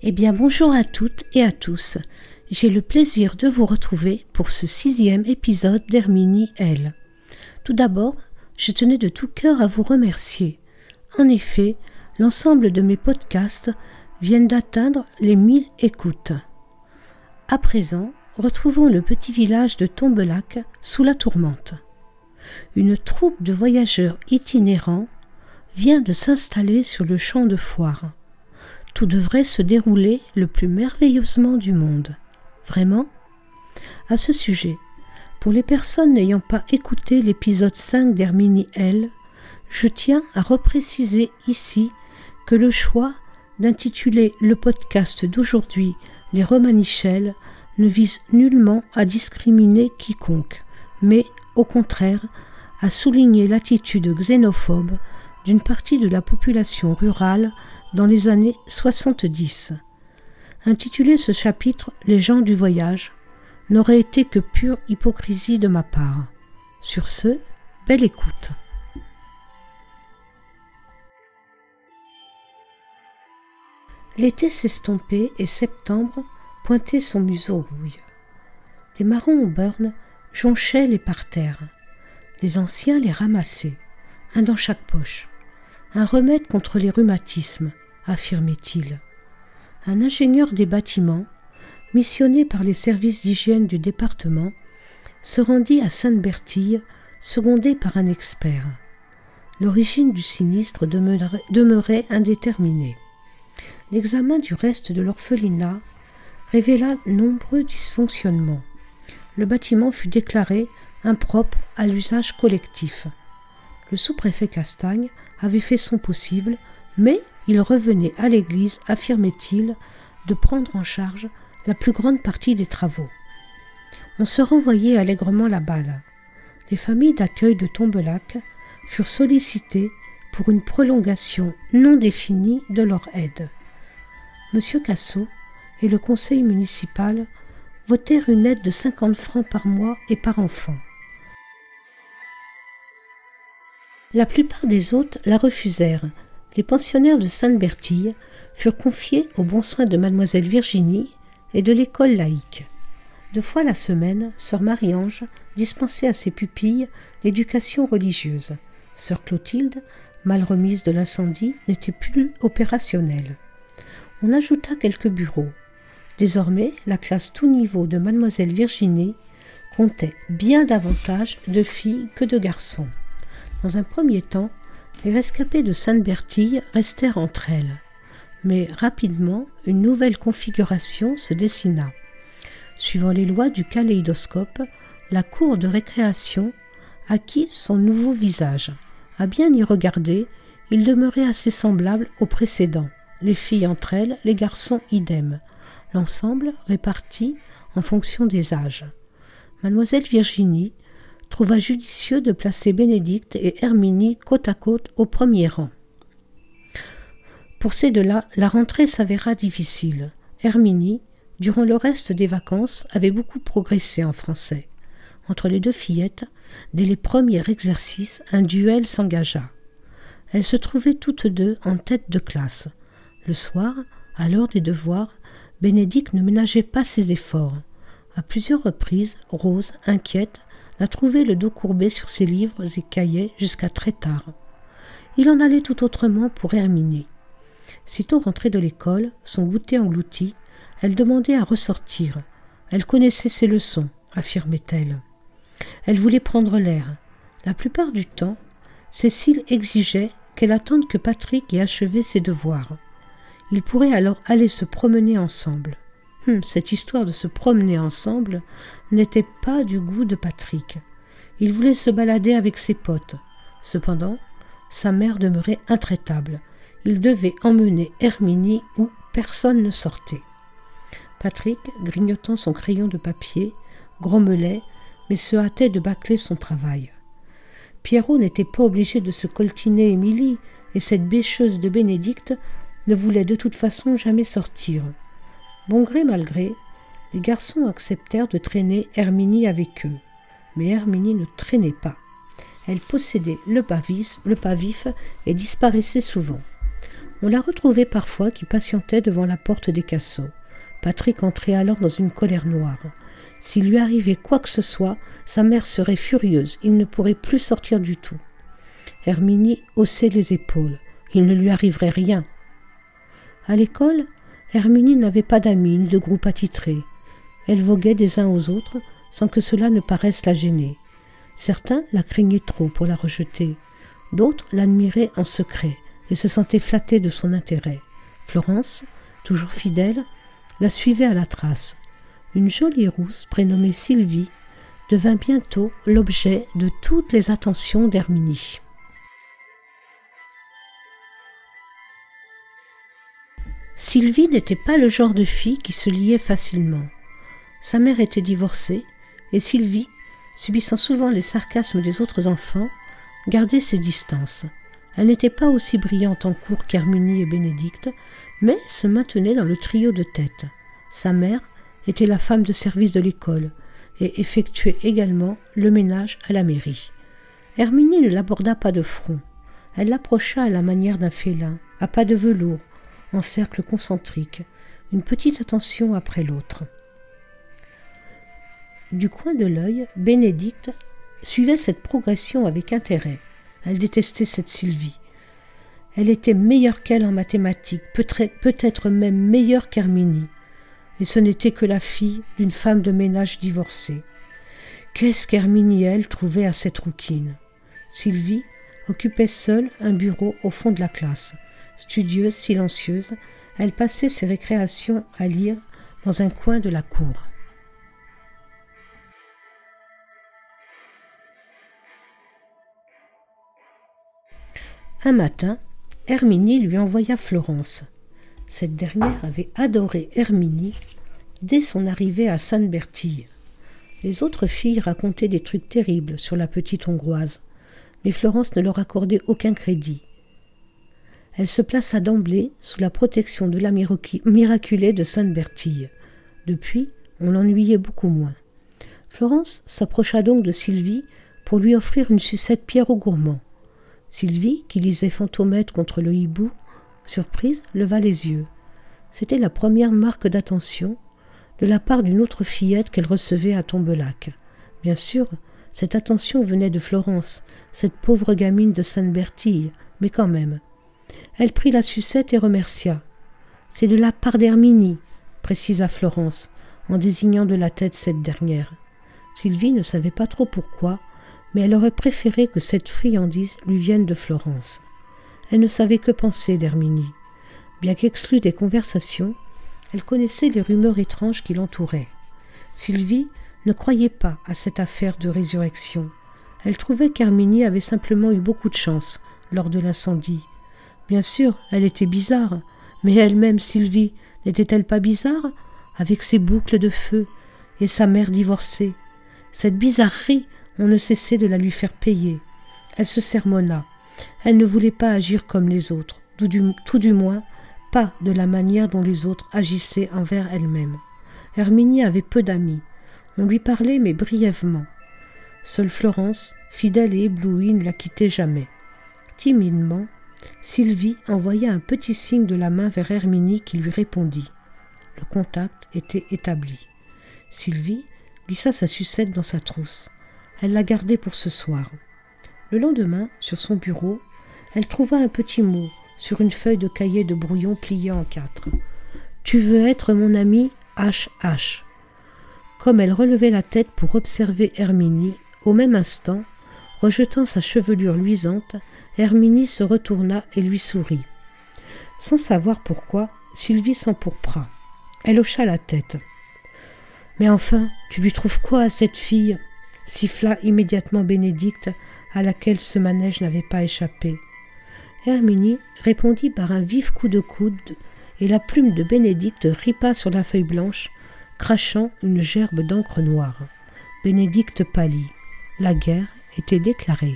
Eh bien bonjour à toutes et à tous, j'ai le plaisir de vous retrouver pour ce 6e épisode d'Herminie L. Tout d'abord, je tenais de tout cœur à vous remercier. En effet, l'ensemble de mes podcasts viennent d'atteindre les 1000 écoutes. À présent, retrouvons le petit village de Tombelac sous la tourmente. Une troupe de voyageurs itinérants vient de s'installer sur le champ de foire. Tout devrait se dérouler le plus merveilleusement du monde. Vraiment ? À ce sujet, pour les personnes n'ayant pas écouté l'épisode 5 d'Herminie L, je tiens à repréciser ici que le choix d'intituler le podcast d'aujourd'hui « Les Romanichels » ne vise nullement à discriminer quiconque, mais, au contraire, à souligner l'attitude xénophobe d'une partie de la population rurale dans les années 70. Intituler ce chapitre « Les gens du voyage » n'aurait été que pure hypocrisie de ma part. Sur ce, belle écoute. L'été s'estompait et septembre pointait son museau rouille. Les marrons au burn jonchaient les parterres. Les anciens les ramassaient, un dans chaque poche. Un remède contre les rhumatismes, affirmait-il. Un ingénieur des bâtiments, missionné par les services d'hygiène du département, se rendit à Sainte-Bertille, secondé par un expert. L'origine du sinistre demeurait indéterminée. L'examen du reste de l'orphelinat révéla nombreux dysfonctionnements. Le bâtiment fut déclaré impropre à l'usage collectif. Le sous-préfet Castagne avait fait son possible, mais il revenait à l'église, affirmait-il, de prendre en charge la plus grande partie des travaux. On se renvoyait allègrement la balle. Les familles d'accueil de Tombelac furent sollicitées pour une prolongation non définie de leur aide. M. Cassot et le conseil municipal votèrent une aide de 50 francs par mois et par enfant. La plupart des hôtes la refusèrent. Les pensionnaires de Sainte-Bertille furent confiés aux bons soins de mademoiselle Virginie et de l'école laïque. 2 fois la semaine, sœur Marie-Ange dispensait à ses pupilles l'éducation religieuse. Sœur Clotilde, mal remise de l'incendie, n'était plus opérationnelle. On ajouta quelques bureaux. Désormais, la classe tout niveau de mademoiselle Virginie comptait bien davantage de filles que de garçons. Dans un premier temps, les rescapés de Sainte-Bertille restèrent entre elles. Mais rapidement, une nouvelle configuration se dessina. Suivant les lois du kaléidoscope, la cour de récréation acquit son nouveau visage. À bien y regarder, il demeurait assez semblable au précédent. Les filles entre elles, les garçons idem. L'ensemble réparti en fonction des âges. Mademoiselle Virginie trouva judicieux de placer Bénédicte et Herminie côte à côte au premier rang. Pour ces deux-là, la rentrée s'avéra difficile. Herminie, durant le reste des vacances, avait beaucoup progressé en français. Entre les deux fillettes, dès les premiers exercices, un duel s'engagea. Elles se trouvaient toutes deux en tête de classe. Le soir, à l'heure des devoirs, Bénédicte ne ménageait pas ses efforts. À plusieurs reprises, Rose, inquiète, la trouvait le dos courbé sur ses livres et cahiers jusqu'à très tard. Il en allait tout autrement pour Herminie. Sitôt rentrée de l'école, son goûter englouti, elle demandait à ressortir. Elle connaissait ses leçons, affirmait-elle. Elle voulait prendre l'air. La plupart du temps, Cécile exigeait qu'elle attende que Patrick ait achevé ses devoirs. Ils pourraient alors aller se promener ensemble. Cette histoire de se promener ensemble n'était pas du goût de Patrick. Il voulait se balader avec ses potes. Cependant, sa mère demeurait intraitable. Il devait emmener Herminie où personne ne sortait. Patrick, grignotant son crayon de papier, grommelait, mais se hâtait de bâcler son travail. Pierrot n'était pas obligé de se coltiner Émilie, et cette bêcheuse de Bénédicte ne voulait de toute façon jamais sortir. Bon gré mal gré, les garçons acceptèrent de traîner Herminie avec eux. Mais Herminie ne traînait pas. Elle possédait le pas vif et disparaissait souvent. On la retrouvait parfois qui patientait devant la porte des cassots. Patrick entrait alors dans une colère noire. S'il lui arrivait quoi que ce soit, sa mère serait furieuse, il ne pourrait plus sortir du tout. Herminie haussait les épaules. Il ne lui arriverait rien. À l'école, Herminie n'avait pas d'amis ni de groupe attitré. Elle voguait des uns aux autres sans que cela ne paraisse la gêner. Certains la craignaient trop pour la rejeter. D'autres l'admiraient en secret et se sentaient flattés de son intérêt. Florence, toujours fidèle, la suivait à la trace. Une jolie rousse prénommée Sylvie devint bientôt l'objet de toutes les attentions d'Herminie. Sylvie n'était pas le genre de fille qui se liait facilement. Sa mère était divorcée et Sylvie, subissant souvent les sarcasmes des autres enfants, gardait ses distances. Elle n'était pas aussi brillante en cours qu'Herminie et Bénédicte, mais se maintenait dans le trio de tête. Sa mère était la femme de service de l'école et effectuait également le ménage à la mairie. Herminie ne l'aborda pas de front. Elle l'approcha à la manière d'un félin, à pas de velours, en cercle concentrique, une petite attention après l'autre. Du coin de l'œil, Bénédicte suivait cette progression avec intérêt. Elle détestait cette Sylvie. Elle était meilleure qu'elle en mathématiques, peut-être même meilleure qu'Herminie. Et ce n'était que la fille d'une femme de ménage divorcée. Qu'est-ce qu'Herminie, elle, trouvait à cette rouquine? Sylvie occupait seule un bureau au fond de la classe. Studieuse, silencieuse, elle passait ses récréations à lire dans un coin de la cour. Un matin, Herminie lui envoya Florence. Cette dernière avait adoré Herminie dès son arrivée à Sainte-Bertille. Les autres filles racontaient des trucs terribles sur la petite Hongroise, mais Florence ne leur accordait aucun crédit. Elle se plaça d'emblée sous la protection de la miraculée de Sainte-Bertille. Depuis, on l'ennuyait beaucoup moins. Florence s'approcha donc de Sylvie pour lui offrir une sucette Pierrot gourmand. Sylvie, qui lisait Fantomètre contre le hibou, surprise, leva les yeux. C'était la première marque d'attention de la part d'une autre fillette qu'elle recevait à Tombelac. Bien sûr, cette attention venait de Florence, cette pauvre gamine de Sainte-Bertille, mais quand même. Elle prit la sucette et remercia. « C'est de la part d'Herminie », précisa Florence, en désignant de la tête cette dernière. Sylvie ne savait pas trop pourquoi, mais elle aurait préféré que cette friandise lui vienne de Florence. Elle ne savait que penser d'Herminie. Bien qu'exclue des conversations, elle connaissait les rumeurs étranges qui l'entouraient. Sylvie ne croyait pas à cette affaire de résurrection. Elle trouvait qu'Herminie avait simplement eu beaucoup de chance lors de l'incendie. Bien sûr, elle était bizarre, mais elle-même, Sylvie, n'était-elle pas bizarre, avec ses boucles de feu et sa mère divorcée? Cette bizarrerie, on ne cessait de la lui faire payer. Elle se sermonna. Elle ne voulait pas agir comme les autres, tout du moins pas de la manière dont les autres agissaient envers elle-même. Herminie avait peu d'amis. On lui parlait, mais brièvement. Seule Florence, fidèle et éblouie, ne la quittait jamais. Timidement, Sylvie envoya un petit signe de la main vers Herminie qui lui répondit. Le contact était établi. Sylvie glissa sa sucette dans sa trousse. Elle la gardait pour ce soir. Le lendemain, sur son bureau, elle trouva un petit mot sur une feuille de cahier de brouillon pliée en 4. « Tu veux être mon ami H.H. » Comme elle relevait la tête pour observer Herminie, au même instant, rejetant sa chevelure luisante, Herminie se retourna et lui sourit. Sans savoir pourquoi, Sylvie s'empourpra. Elle hocha la tête. « Mais enfin, tu lui trouves quoi à cette fille ?» siffla immédiatement Bénédicte, à laquelle ce manège n'avait pas échappé. Herminie répondit par un vif coup de coude, et la plume de Bénédicte ripa sur la feuille blanche, crachant une gerbe d'encre noire. Bénédicte pâlit. La guerre était déclarée.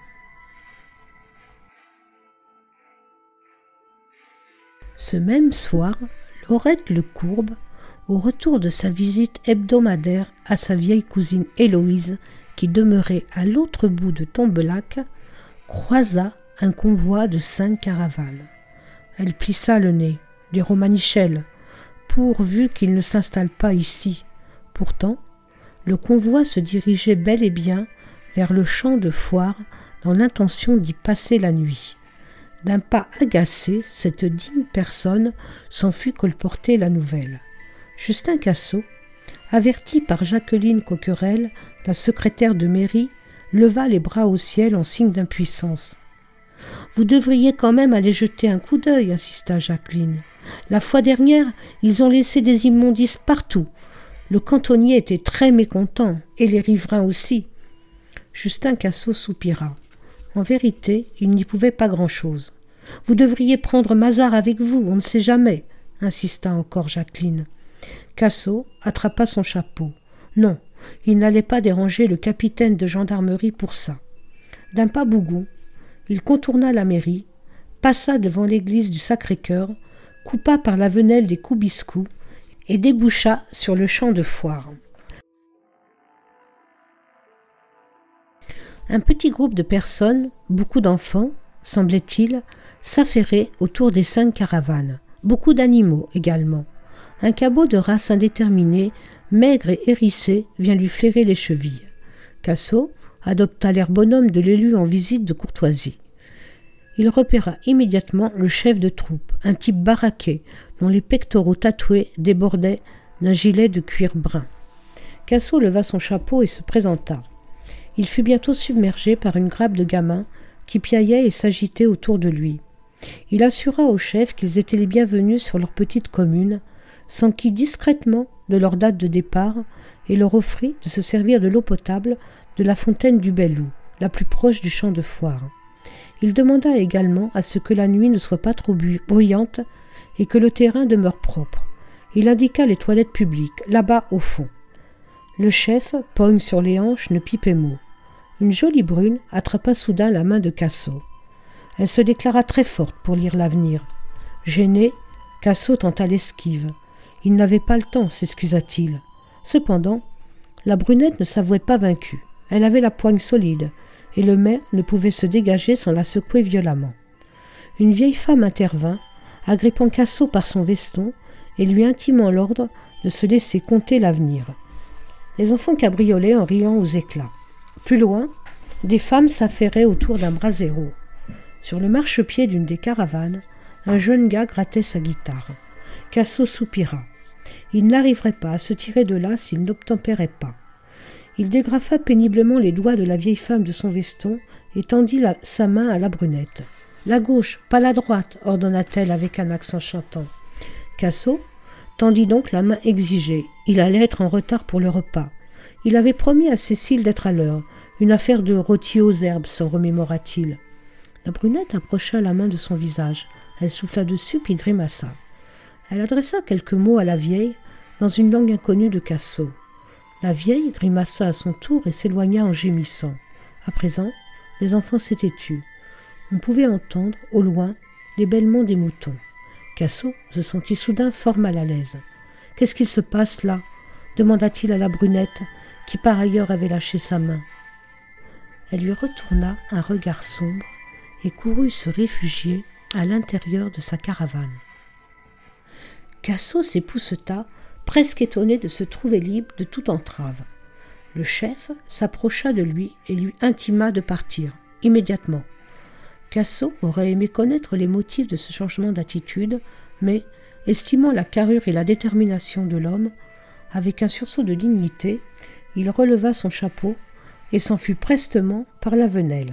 Ce même soir, Laurette Lecourbe, au retour de sa visite hebdomadaire à sa vieille cousine Héloïse, qui demeurait à l'autre bout de Tombelac, croisa un convoi de 5 caravanes. Elle plissa le nez. Des Romanichels, pourvu qu'ils ne s'installent pas ici. Pourtant, le convoi se dirigeait bel et bien vers le champ de foire dans l'intention d'y passer la nuit. D'un pas agacé, cette digne personne s'en fut colporter la nouvelle. Justin Cassot, averti par Jacqueline Coquerel, la secrétaire de mairie, leva les bras au ciel en signe d'impuissance. « Vous devriez quand même aller jeter un coup d'œil, insista Jacqueline. La fois dernière, ils ont laissé des immondices partout. Le cantonnier était très mécontent, et les riverains aussi. » Justin Cassot soupira. En vérité, il n'y pouvait pas grand-chose. « Vous devriez prendre Mazard avec vous, on ne sait jamais, » insista encore Jacqueline. Cassot attrapa son chapeau. Non, il n'allait pas déranger le capitaine de gendarmerie pour ça. D'un pas bougon, il contourna la mairie, passa devant l'église du Sacré-Cœur, coupa par la venelle des Koubiscous et déboucha sur le champ de foire. Un petit groupe de personnes, beaucoup d'enfants, semblait-il, s'affairait autour des 5 caravanes. Beaucoup d'animaux également. Un cabot de race indéterminée, maigre et hérissé, vient lui flairer les chevilles. Cassot adopta l'air bonhomme de l'élu en visite de courtoisie. Il repéra immédiatement le chef de troupe, un type baraqué, dont les pectoraux tatoués débordaient d'un gilet de cuir brun. Cassot leva son chapeau et se présenta. Il fut bientôt submergé par une grappe de gamins qui piaillaient et s'agitaient autour de lui. Il assura au chef qu'ils étaient les bienvenus sur leur petite commune, s'enquit discrètement de leur date de départ et leur offrit de se servir de l'eau potable de la fontaine du Bel-Loup, la plus proche du champ de foire. Il demanda également à ce que la nuit ne soit pas trop bruyante et que le terrain demeure propre. Il indiqua les toilettes publiques, là-bas au fond. Le chef, pogne sur les hanches, ne pipait mot. Une jolie brune attrapa soudain la main de Cassot. Elle se déclara très forte pour lire l'avenir. Gêné, Cassot tenta l'esquive. Il n'avait pas le temps, s'excusa-t-il. Cependant, la brunette ne s'avouait pas vaincue. Elle avait la poigne solide, et le maire ne pouvait se dégager sans la secouer violemment. Une vieille femme intervint, agrippant Cassot par son veston et lui intimant l'ordre de se laisser conter l'avenir. Les enfants cabriolaient en riant aux éclats. Plus loin, des femmes s'affairaient autour d'un brasero. Sur le marchepied d'une des caravanes, un jeune gars grattait sa guitare. Cassot soupira. Il n'arriverait pas à se tirer de là s'il n'obtempérait pas. Il dégrafa péniblement les doigts de la vieille femme de son veston et tendit sa main à la brunette. « La gauche, pas la droite !» ordonna-t-elle avec un accent chantant. Cassot tendit donc la main exigée. Il allait être en retard pour le repas. Il avait promis à Cécile d'être à l'heure. Une affaire de rôti aux herbes, se remémora-t-il. La brunette approcha la main de son visage. Elle souffla dessus puis grimaça. Elle adressa quelques mots à la vieille dans une langue inconnue de Cassot. La vieille grimaça à son tour et s'éloigna en gémissant. À présent, les enfants s'étaient tus. On pouvait entendre, au loin, les bêlements des moutons. Cassot se sentit soudain fort mal à l'aise. « Qu'est-ce qui se passe là ?» demanda-t-il à la brunette, qui par ailleurs avait lâché sa main. Elle lui retourna un regard sombre et courut se réfugier à l'intérieur de sa caravane. Cassot s'épousseta, presque étonné de se trouver libre de toute entrave. Le chef s'approcha de lui et lui intima de partir, immédiatement. Cassot aurait aimé connaître les motifs de ce changement d'attitude, mais, estimant la carrure et la détermination de l'homme, avec un sursaut de dignité, il releva son chapeau et s'enfuit prestement par la venelle.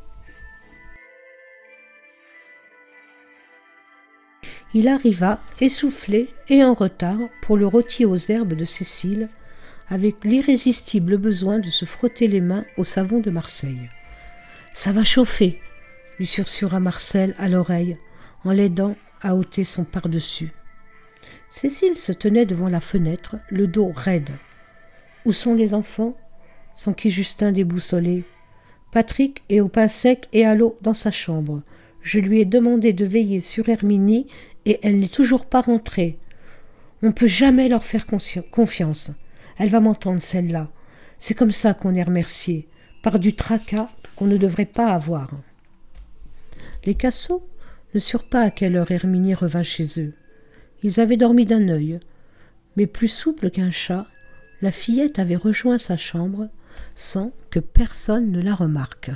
Il arriva, essoufflé et en retard, pour le rôti aux herbes de Cécile, avec l'irrésistible besoin de se frotter les mains au savon de Marseille. « Ça va chauffer !» lui sursura Marcel à l'oreille, en l'aidant à ôter son pardessus. Cécile se tenait devant la fenêtre, le dos raide. « Où sont les enfants ?» s'enquit Justin déboussolé. « Patrick est au pain sec et à l'eau dans sa chambre. Je lui ai demandé de veiller sur Herminie et elle n'est toujours pas rentrée. On ne peut jamais leur faire confiance. Elle va m'entendre, celle-là. C'est comme ça qu'on est remercié, par du tracas qu'on ne devrait pas avoir. » Les Cassot ne surent pas à quelle heure Herminie revint chez eux. Ils avaient dormi d'un œil, mais plus souple qu'un chat, la fillette avait rejoint sa chambre sans que personne ne la remarque.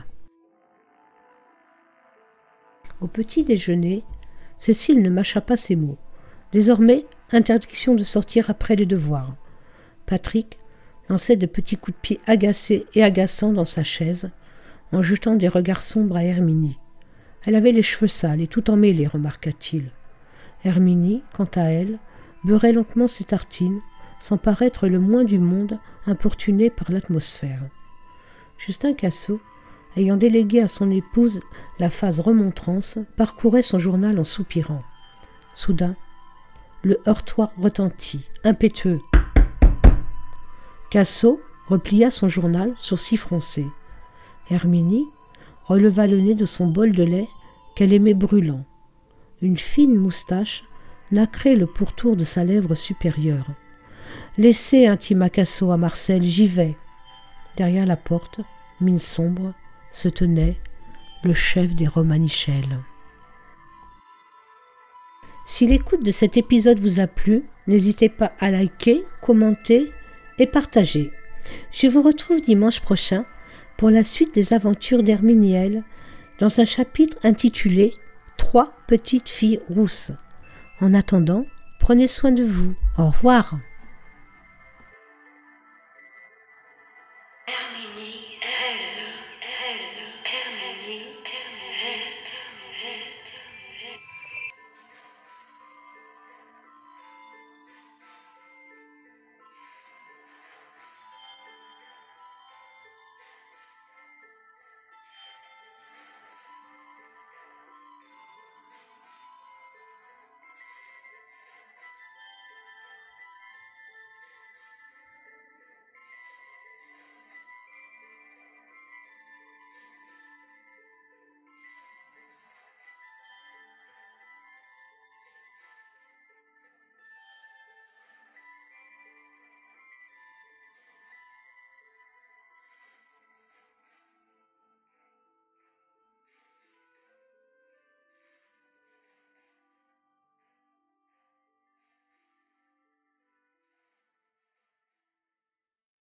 Au petit déjeuner, Cécile ne mâcha pas ses mots. Désormais, interdiction de sortir après les devoirs. Patrick lançait de petits coups de pied agacés et agaçants dans sa chaise, en jetant des regards sombres à Herminie. Elle avait les cheveux sales et tout emmêlés, remarqua-t-il. Herminie, quant à elle, beurrait lentement ses tartines, sans paraître le moins du monde importunée par l'atmosphère. Justin Cassot, ayant délégué à son épouse la phase remontrance, parcourait son journal en soupirant. Soudain, le heurtoir retentit, impétueux. Cassot replia son journal, sourcils froncés. Herminie releva le nez de son bol de lait qu'elle aimait brûlant. Une fine moustache nacrait le pourtour de sa lèvre supérieure. « Laissez, intima Cassot à Marcel, j'y vais. » Derrière la porte, mine sombre, se tenait le chef des Romanichels. Si l'écoute de cet épisode vous a plu, n'hésitez pas à liker, commenter et partager. Je vous retrouve dimanche prochain pour la suite des aventures d'Herminiel dans un chapitre intitulé « 3 petites filles rousses ». En attendant, prenez soin de vous. Au revoir. Herminie.